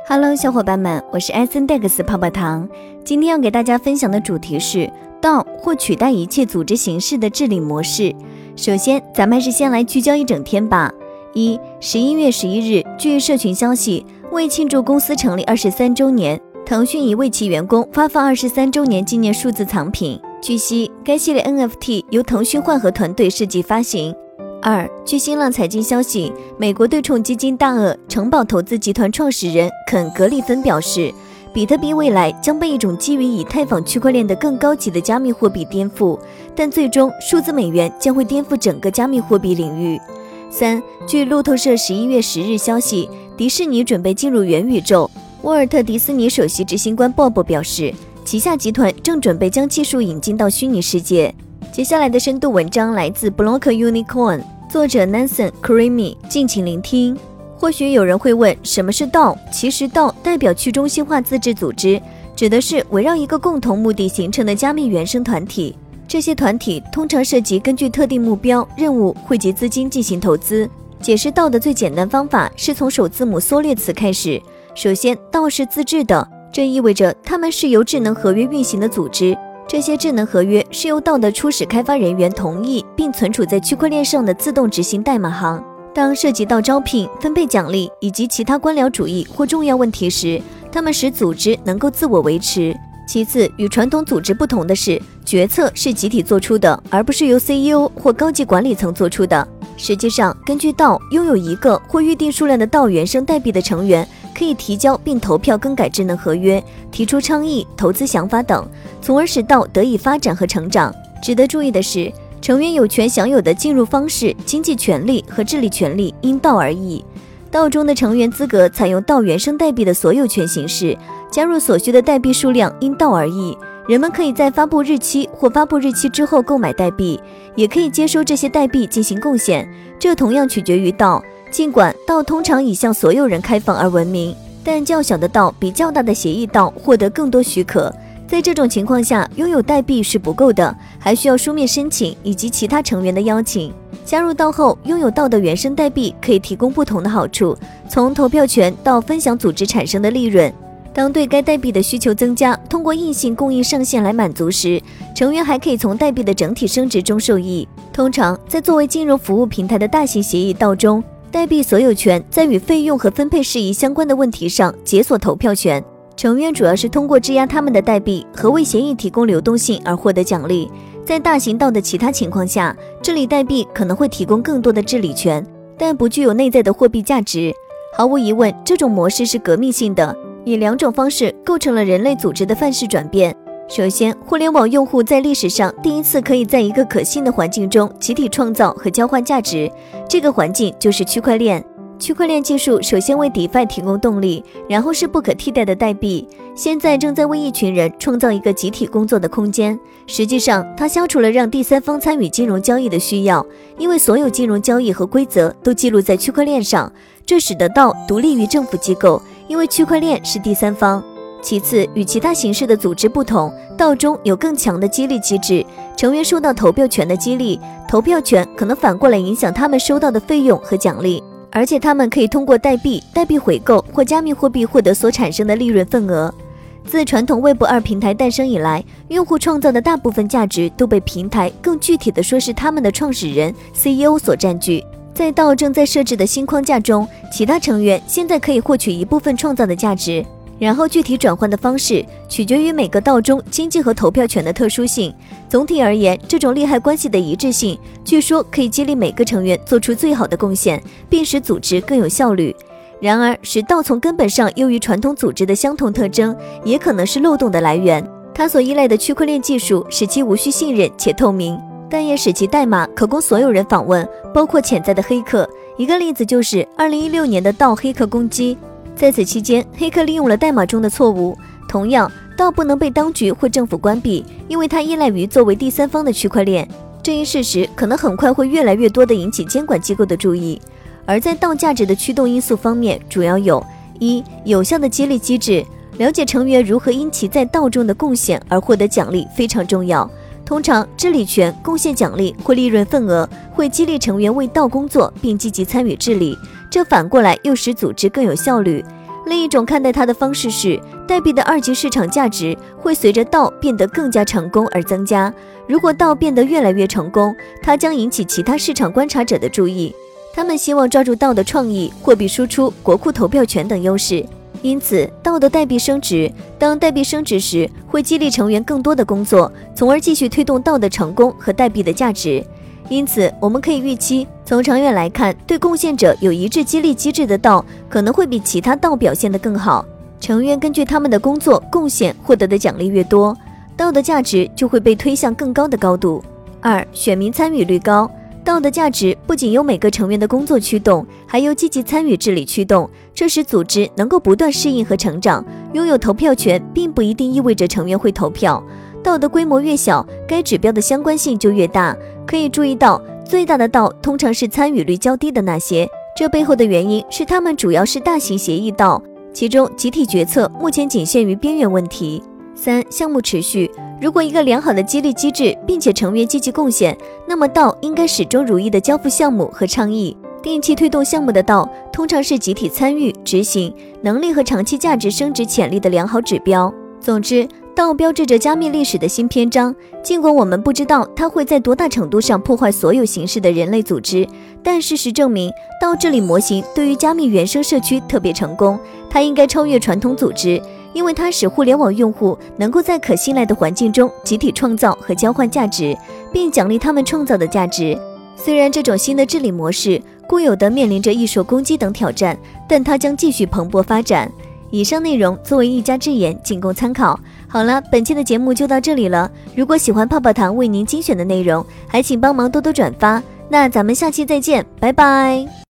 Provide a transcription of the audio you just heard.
Hello， 小伙伴们，我是艾森戴克斯泡泡糖。今天要给大家分享的主题是道或取代一切组织形式的治理模式。首先，咱们还是先来聚焦一整天吧。11月11日，据社群消息，为庆祝公司成立23周年，腾讯已为其员工发放23周年纪念数字藏品。据悉，该系列 NFT 由腾讯幻核团队设计发行。据新浪财经消息，美国对冲基金大鳄城堡投资集团创始人肯·格里芬表示，比特币未来将被一种基于以太坊区块链的更高级的加密货币颠覆，但最终数字美元将会颠覆整个加密货币领域。据路透社11月10日消息，迪士尼准备进入元宇宙。沃尔特迪士尼首席执行官 Bob 表示，旗下集团正准备将技术引进到虚拟世界。接下来的深度文章来自 Block Unicorn， 作者 Nathan Cremy， 敬请聆听。或许有人会问，什么是道？其实道代表去中心化自治组织，指的是围绕一个共同目的形成的加密原生团体。这些团体通常涉及根据特定目标、任务汇集资金进行投资。解释道的最简单方法是从首字母缩略词开始。首先，道是自治的，这意味着它们是由智能合约运行的组织。这些智能合约是由道的初始开发人员同意并存储在区块链上的自动执行代码行。当涉及到招聘、分配奖励以及其他官僚主义或重要问题时，它们使组织能够自我维持。其次，与传统组织不同的是，决策是集体做出的，而不是由 CEO 或高级管理层做出的。实际上，根据道，拥有一个或预定数量的道原生代币的成员可以提交并投票更改智能合约，提出倡议、投资想法等，从而使道得以发展和成长。值得注意的是，成员有权享有的进入方式、经济权利和治理权利因道而异。道中的成员资格采用道原生代币的所有权形式，加入所需的代币数量因道而异。人们可以在发布日期或发布日期之后购买代币，也可以接收这些代币进行贡献，这同样取决于道。尽管道通常已向所有人开放而闻名，但较小的道比较大的协议道获得更多许可。在这种情况下，拥有代币是不够的，还需要书面申请以及其他成员的邀请。加入道后，拥有道的原生代币可以提供不同的好处，从投票权到分享组织产生的利润。当对该代币的需求增加，通过硬性供应上限来满足时，成员还可以从代币的整体升值中受益。通常，在作为金融服务平台的大型协议道中，代币所有权在与费用和分配事宜相关的问题上解锁投票权。成员主要是通过质押他们的代币和为协议提供流动性而获得奖励。在大型道的其他情况下，治理代币可能会提供更多的治理权，但不具有内在的货币价值。毫无疑问，这种模式是革命性的，以两种方式构成了人类组织的范式转变。首先，互联网用户在历史上第一次可以在一个可信的环境中集体创造和交换价值，这个环境就是区块链。区块链技术首先为 DeFi 提供动力，然后是不可替代的代币，现在正在为一群人创造一个集体工作的空间。实际上，它消除了让第三方参与金融交易的需要，因为所有金融交易和规则都记录在区块链上，这使得道独立于政府机构，因为区块链是第三方。其次，与其他形式的组织不同，道中有更强的激励机制，成员受到投票权的激励，投票权可能反过来影响他们收到的费用和奖励，而且他们可以通过代币回购或加密货币获得所产生的利润份额。自传统 Web2 平台诞生以来，用户创造的大部分价值都被平台，更具体的说是他们的创始人 CEO 所占据。在道正在设置的新框架中，其他成员现在可以获取一部分创造的价值，然后具体转换的方式取决于每个道中经济和投票权的特殊性。总体而言，这种利害关系的一致性据说可以激励每个成员做出最好的贡献，并使组织更有效率。然而，使道从根本上优于传统组织的相同特征，也可能是漏洞的来源。它所依赖的区块链技术使其无需信任且透明，但也使其代码可供所有人访问，包括潜在的黑客。一个例子就是2016年的道黑客攻击，在此期间，黑客利用了代码中的错误。同样，道不能被当局或政府关闭，因为它依赖于作为第三方的区块链。这一事实可能很快会越来越多地引起监管机构的注意。而在道价值的驱动因素方面，主要有：一、有效的激励机制，了解成员如何因其在道中的贡献而获得奖励非常重要。通常，治理权、贡献奖励或利润份额会激励成员为道工作并积极参与治理，这反过来又使组织更有效率。 另一种看待它的方式是，代币的二级市场价值会随着道变得更加成功而增加。如果道变得越来越成功，它将引起其他市场观察者的注意，他们希望抓住道的创意、货币输出、国库投票权等优势。因此，道的代币升值，当代币升值时，会激励成员更多的工作，从而继续推动道的成功和代币的价值。因此，我们可以预期，从长远来看，对贡献者有一致激励机制的道可能会比其他道表现得更好。成员根据他们的工作贡献获得的奖励越多，道的价值就会被推向更高的高度。2. 选民参与率高。道的价值不仅由每个成员的工作驱动，还由积极参与治理驱动，这使组织能够不断适应和成长。拥有投票权并不一定意味着成员会投票。道的规模越小，该指标的相关性就越大。可以注意到，最大的道通常是参与率较低的那些，这背后的原因是它们主要是大型协议道，其中集体决策目前仅限于边缘问题。3. 项目持续。如果一个良好的激励机制，并且成员积极贡献，那么道应该始终如一地交付项目和倡议。定期推动项目的道通常是集体参与、执行能力和长期价值升值潜力的良好指标。总之，道标志着加密历史的新篇章，尽管我们不知道它会在多大程度上破坏所有形式的人类组织，但事实证明，道治理模型对于加密原生社区特别成功。它应该超越传统组织，因为它使互联网用户能够在可信赖的环境中集体创造和交换价值，并奖励他们创造的价值。虽然这种新的治理模式固有的面临着易受攻击等挑战，但它将继续蓬勃发展。以上内容作为一家之言，仅供参考。好了，本期的节目就到这里了。如果喜欢泡泡糖为您精选的内容，还请帮忙多多转发。那咱们下期再见，拜拜。